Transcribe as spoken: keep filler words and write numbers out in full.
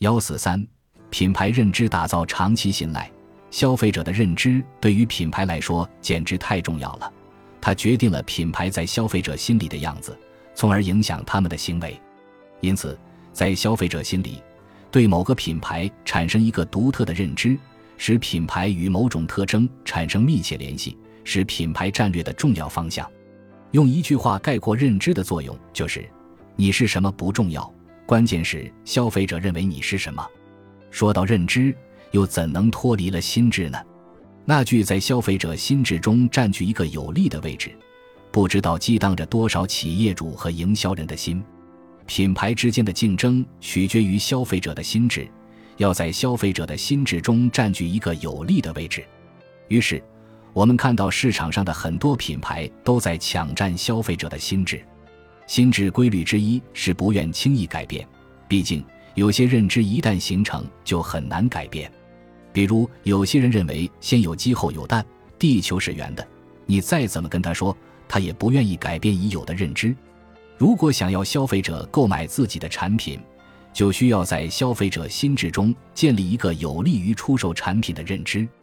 一四三品牌认知打造长期信赖。消费者的认知对于品牌来说简直太重要了，它决定了品牌在消费者心里的样子，从而影响他们的行为。因此在消费者心里，对某个品牌产生一个独特的认知，使品牌与某种特征产生密切联系，是品牌战略的重要方向。用一句话概括认知的作用，就是你是什么不重要，关键是消费者认为你是什么。说到认知，又怎能脱离了心智呢？那句在消费者心智中占据一个有利的位置，不知道激荡着多少企业主和营销人的心。品牌之间的竞争取决于消费者的心智，要在消费者的心智中占据一个有利的位置。于是我们看到市场上的很多品牌都在抢占消费者的心智。心智规律之一是不愿轻易改变，毕竟有些认知一旦形成就很难改变。比如有些人认为先有鸡后有蛋，地球是圆的，你再怎么跟他说，他也不愿意改变已有的认知。如果想要消费者购买自己的产品，就需要在消费者心智中建立一个有利于出售产品的认知。